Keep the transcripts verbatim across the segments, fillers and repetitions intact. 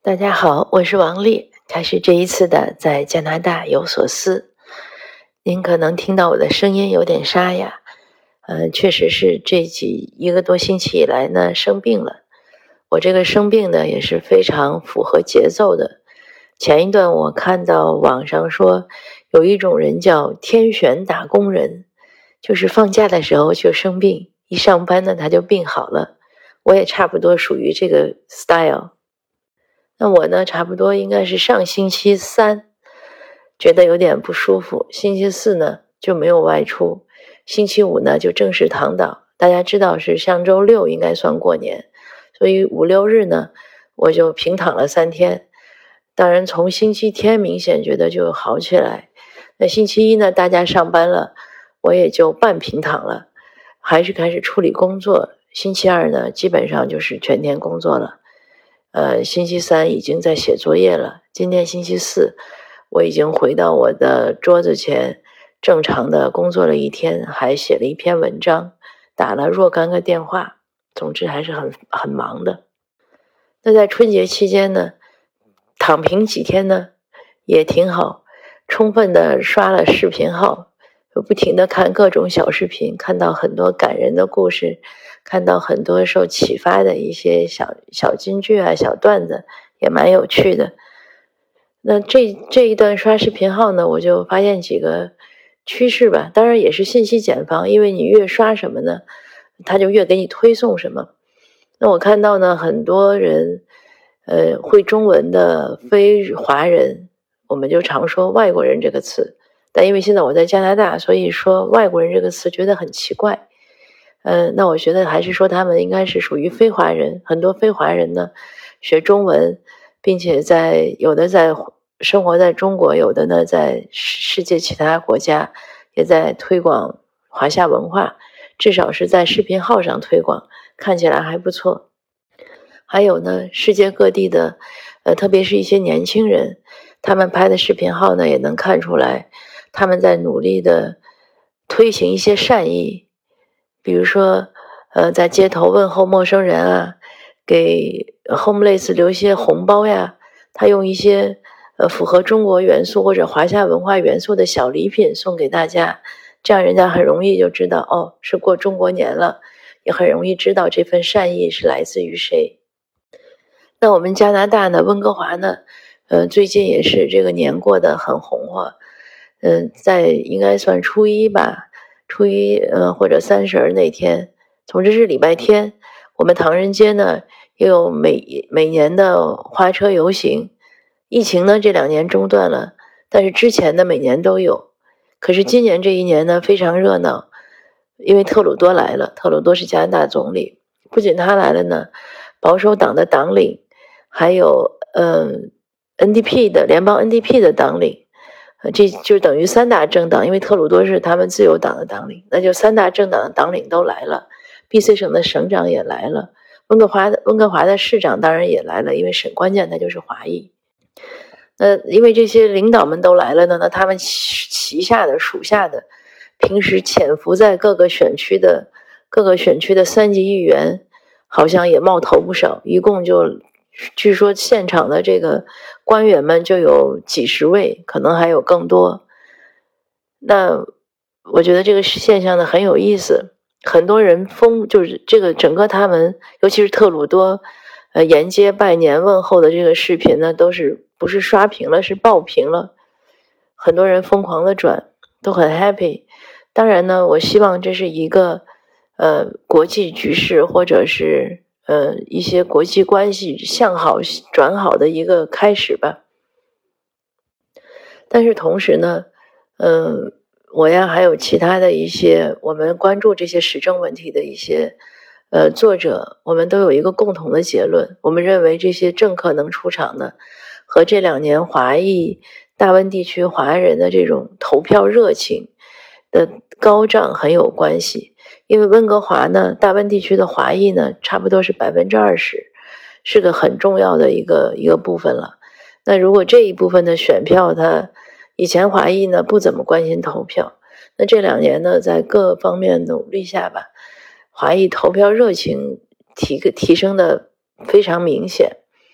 大家好，我是王丽，开始这一次的在加拿大有所思。您可能听到我的声音有点沙哑，呃，确实是这几一个多星期以来呢生病了。我这个生病呢也是非常符合节奏的。前一段我看到网上说有一种人叫天选打工人，就是放假的时候就生病，一上班呢他就病好了。我也差不多属于这个 style。那我呢，差不多应该是上星期三觉得有点不舒服，星期四呢就没有外出，星期五呢就正式躺倒。大家知道是上周六应该算过年，所以五六日呢我就平躺了三天。当然从星期天明显觉得就好起来，那星期一呢大家上班了，我也就半平躺了，还是开始处理工作。星期二呢基本上就是全天工作了。呃，星期三已经在写作业了。今天星期四，我已经回到我的桌子前，正常的工作了一天，还写了一篇文章，打了若干个电话。总之还是很很忙的。那在春节期间呢，躺平几天呢，也挺好，充分的刷了视频号，就不停的看各种小视频，看到很多感人的故事。看到很多受启发的一些小小金句啊、小段子，也蛮有趣的。那这这一段刷视频号呢，我就发现几个趋势吧，当然也是信息茧房，因为你越刷什么呢，他就越给你推送什么。那我看到呢，很多人呃会中文的非华人，我们就常说外国人这个词，但因为现在我在加拿大，所以说外国人这个词觉得很奇怪。呃，那我觉得还是说他们应该是属于非华人，很多非华人呢学中文，并且在有的在生活在中国，有的呢在世界其他国家也在推广华夏文化，至少是在视频号上推广，看起来还不错。还有呢，世界各地的呃，特别是一些年轻人，他们拍的视频号呢也能看出来，他们在努力的推行一些善意。比如说，呃，在街头问候陌生人啊，给 homeless 留一些红包呀，他用一些呃符合中国元素或者华夏文化元素的小礼品送给大家，这样人家很容易就知道，哦，是过中国年了，也很容易知道这份善意是来自于谁。那我们加拿大呢，温哥华呢，呃，最近也是这个年过得很红火，嗯、呃，在应该算初一吧。初一呃或者三十那天，总之是礼拜天，我们唐人街呢也有每每年的花车游行。疫情呢这两年中断了，但是之前的每年都有。可是今年这一年呢非常热闹，因为特鲁多来了，特鲁多是加拿大总理，不仅他来了呢，保守党的党领，还有呃 N D P 的联邦 N D P 的党领。呃，这就等于三大政党，因为特鲁多是他们自由党的党领，那就三大政党的党领都来了。B C 省的省长也来了，温哥华的温哥华的市长当然也来了，因为省关键他就是华裔。那因为这些领导们都来了呢，那他们旗下的属下的，平时潜伏在各个选区的各个选区的三级议员，好像也冒头不少，一共就。据说现场的这个官员们就有几十位，可能还有更多。那我觉得这个现象呢很有意思，很多人疯，就是这个整个他们，尤其是特鲁多，呃，沿街拜年问候的这个视频呢，都是不是刷屏了，是爆屏了，很多人疯狂的转，都很 happy。当然呢，我希望这是一个呃国际局势或者是。呃，一些国际关系向好转好的一个开始吧。但是同时呢，嗯、呃，我呀还有其他的一些我们关注这些时政问题的一些呃作者，我们都有一个共同的结论，我们认为这些政客能出场呢，和这两年华裔大温地区华人的这种投票热情的高涨很有关系。因为温哥华呢，大温地区的华裔呢，差不多是百分之二十，是个很重要的一个一个部分了。那如果这一部分的选票，他以前华裔呢不怎么关心投票，那这两年呢，在各方面努力下吧，华裔投票热情提提升的非常明显。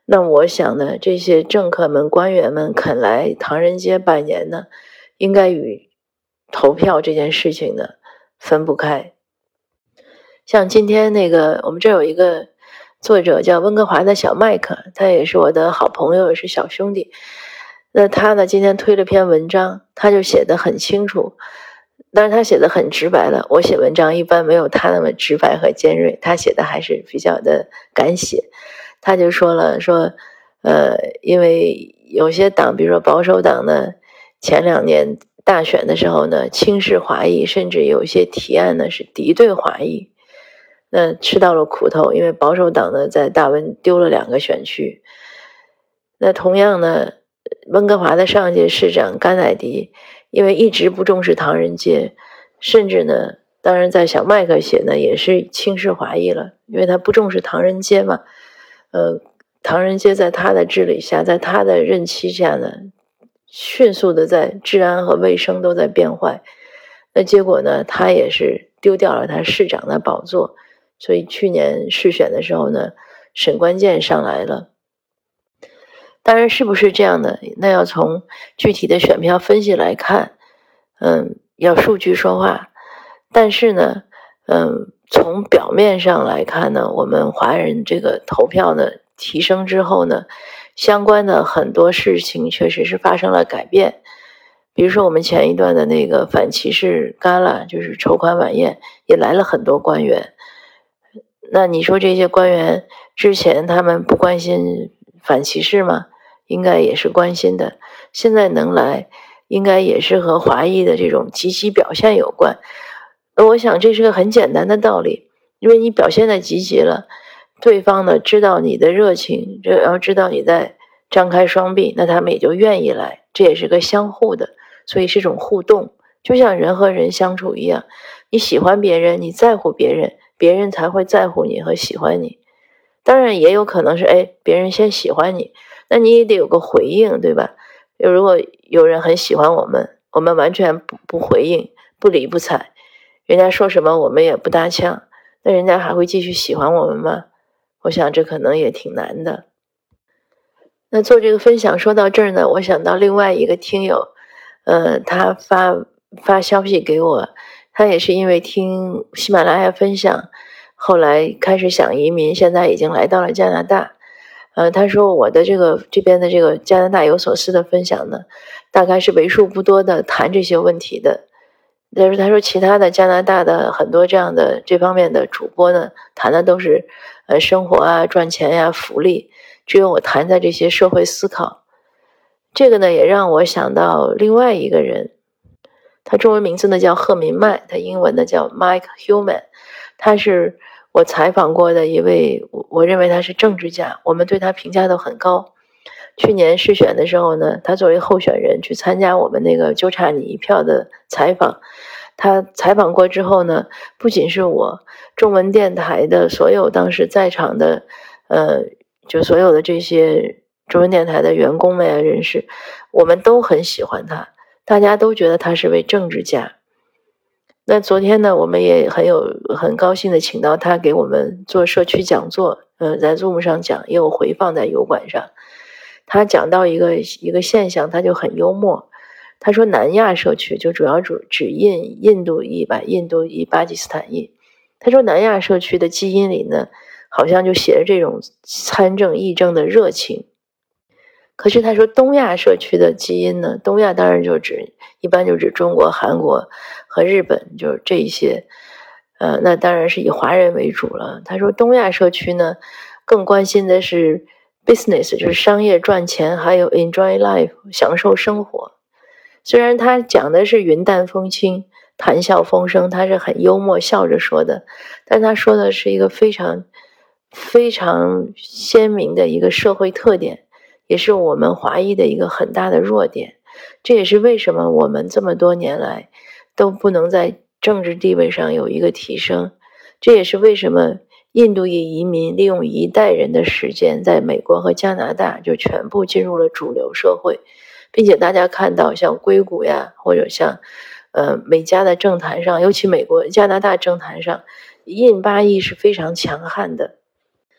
那我想呢，这些政客们、官员们肯来唐人街拜年呢，应该与投票这件事情呢分不开。像今天那个，我们这有一个作者叫温哥华的小麦克，他也是我的好朋友，是小兄弟。那他呢，今天推了篇文章，他就写得很清楚，但是他写得很直白了。我写文章一般没有他那么直白和尖锐，他写的还是比较的敢写。他就说了，说，呃，因为有些党，比如说保守党呢，前两年大选的时候呢，轻视华裔，甚至有些提案呢是敌对华裔。那吃到了苦头，因为保守党呢在大温丢了两个选区。那同样呢，温哥华的上届市长甘乃迪，因为一直不重视唐人街，甚至呢，当然在小麦克写呢也是轻视华裔了，因为他不重视唐人街嘛。呃，唐人街在他的治理下，在他的任期下呢，迅速的在治安和卫生都在变坏。那结果呢，他也是丢掉了他市长的宝座。所以去年市选的时候呢，沈关键上来了。当然是不是这样的，那要从具体的选票分析来看，嗯，要数据说话。但是呢，嗯，从表面上来看呢，我们华人这个投票呢提升之后呢，相关的很多事情确实是发生了改变。比如说我们前一段的那个反歧视 Gala， 就是筹款晚宴，也来了很多官员。那你说这些官员之前他们不关心反歧视吗？应该也是关心的。现在能来，应该也是和华裔的这种积极表现有关。我想这是个很简单的道理，因为你表现的积极了，对方呢知道你的热情，然后知道你在张开双臂，那他们也就愿意来，这也是个相互的，所以是一种互动，就像人和人相处一样，你喜欢别人，你在乎别人，别人才会在乎你和喜欢你。当然也有可能是，哎，别人先喜欢你，那你也得有个回应，对吧？如果有人很喜欢我们，我们完全不不回应，不理不睬，人家说什么我们也不搭腔，那人家还会继续喜欢我们吗？我想这可能也挺难的。那做这个分享说到这儿呢，我想到另外一个听友，呃，他发发消息给我，他也是因为听喜马拉雅分享，后来开始想移民，现在已经来到了加拿大。呃，他说我的这个这边的这个加拿大有所思的分享呢，大概是为数不多的谈这些问题的。但是他说其他的加拿大的很多这样的这方面的主播呢，谈的都是呃生活啊、赚钱呀、福利，只有我谈在这些社会思考。这个呢也让我想到另外一个人，他中文名字呢叫贺明迈，他英文呢叫 Mike Human， 他是我采访过的一位，我认为他是政治家，我们对他评价都很高。去年市选的时候呢，他作为候选人去参加我们那个就差你一票的采访。他采访过之后呢，不仅是我，中文电台的所有当时在场的，呃，就所有的这些中文电台的员工们呀、人士，我们都很喜欢他，大家都觉得他是位政治家。那昨天呢，我们也很有很高兴的请到他给我们做社区讲座，呃，在 Zoom 上讲，也有回放在油管上。他讲到一个一个现象，他就很幽默。他说南亚社区就主要指指印印度裔吧，印度裔、巴基斯坦裔。他说南亚社区的基因里呢，好像就写着这种参政议政的热情。可是他说东亚社区的基因呢，东亚当然就指一般就指中国、韩国和日本，就是这一些，呃，那当然是以华人为主了。他说东亚社区呢，更关心的是 business， 就是商业赚钱，还有 enjoy life， 享受生活。虽然他讲的是云淡风轻、谈笑风生，他是很幽默笑着说的，但他说的是一个非常非常鲜明的一个社会特点，也是我们华裔的一个很大的弱点。这也是为什么我们这么多年来都不能在政治地位上有一个提升，这也是为什么印度裔移民利用一代人的时间在美国和加拿大就全部进入了主流社会，并且大家看到像硅谷呀，或者像呃美加的政坛上，尤其美国加拿大政坛上，印巴裔是非常强悍的。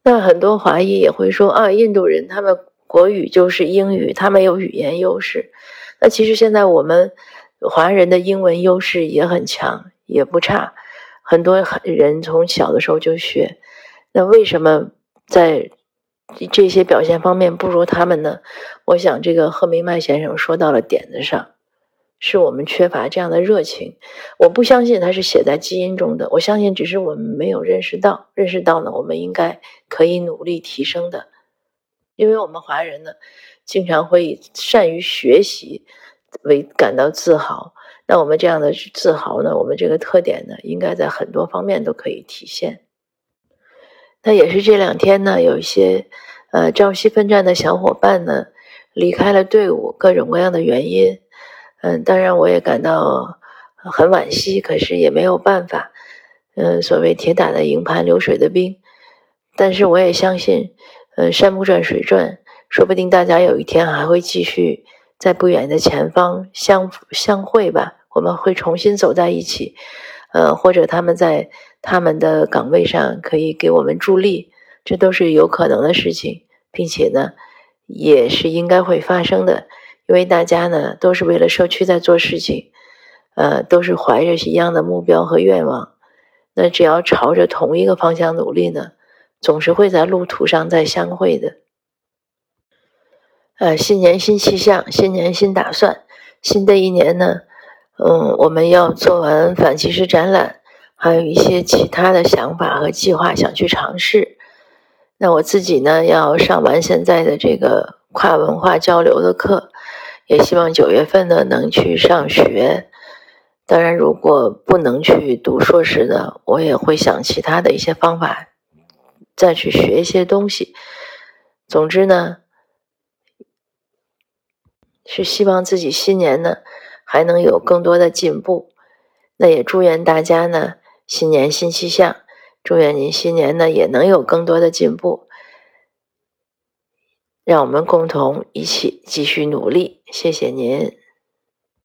那很多华裔也会说啊，印度人他们国语就是英语，他们有语言优势。那其实现在我们华人的英文优势也很强，也不差，很多人从小的时候就学。那为什么在这些表现方面不如他们呢？我想这个贺明迈先生说到了点子上，是我们缺乏这样的热情。我不相信它是写在基因中的，我相信只是我们没有认识到，认识到呢，我们应该可以努力提升的。因为我们华人呢，经常会以善于学习为感到自豪。那我们这样的自豪呢，我们这个特点呢，应该在很多方面都可以体现。那也是这两天呢，有一些呃朝夕奋战的小伙伴呢离开了队伍，各种各样的原因。嗯，当然我也感到很惋惜，可是也没有办法。嗯，所谓铁打的营盘流水的兵，但是我也相信，嗯，山不转水转，说不定大家有一天还会继续在不远的前方相相会吧，我们会重新走在一起。呃，或者他们在他们的岗位上可以给我们助力，这都是有可能的事情，并且呢，也是应该会发生的，因为大家呢都是为了社区在做事情，呃，都是怀着一样的目标和愿望，那只要朝着同一个方向努力呢，总是会在路途上再相会的。呃，新年新气象，新年新打算，新的一年呢，嗯，我们要做完反歧视展览，还有一些其他的想法和计划想去尝试。那我自己呢，要上完现在的这个跨文化交流的课，也希望九月份呢能去上学。当然，如果不能去读硕士呢，我也会想其他的一些方法，再去学一些东西。总之呢，是希望自己新年呢还能有更多的进步。那也祝愿大家呢新年新气象，祝愿您新年呢也能有更多的进步，让我们共同一起继续努力。谢谢您。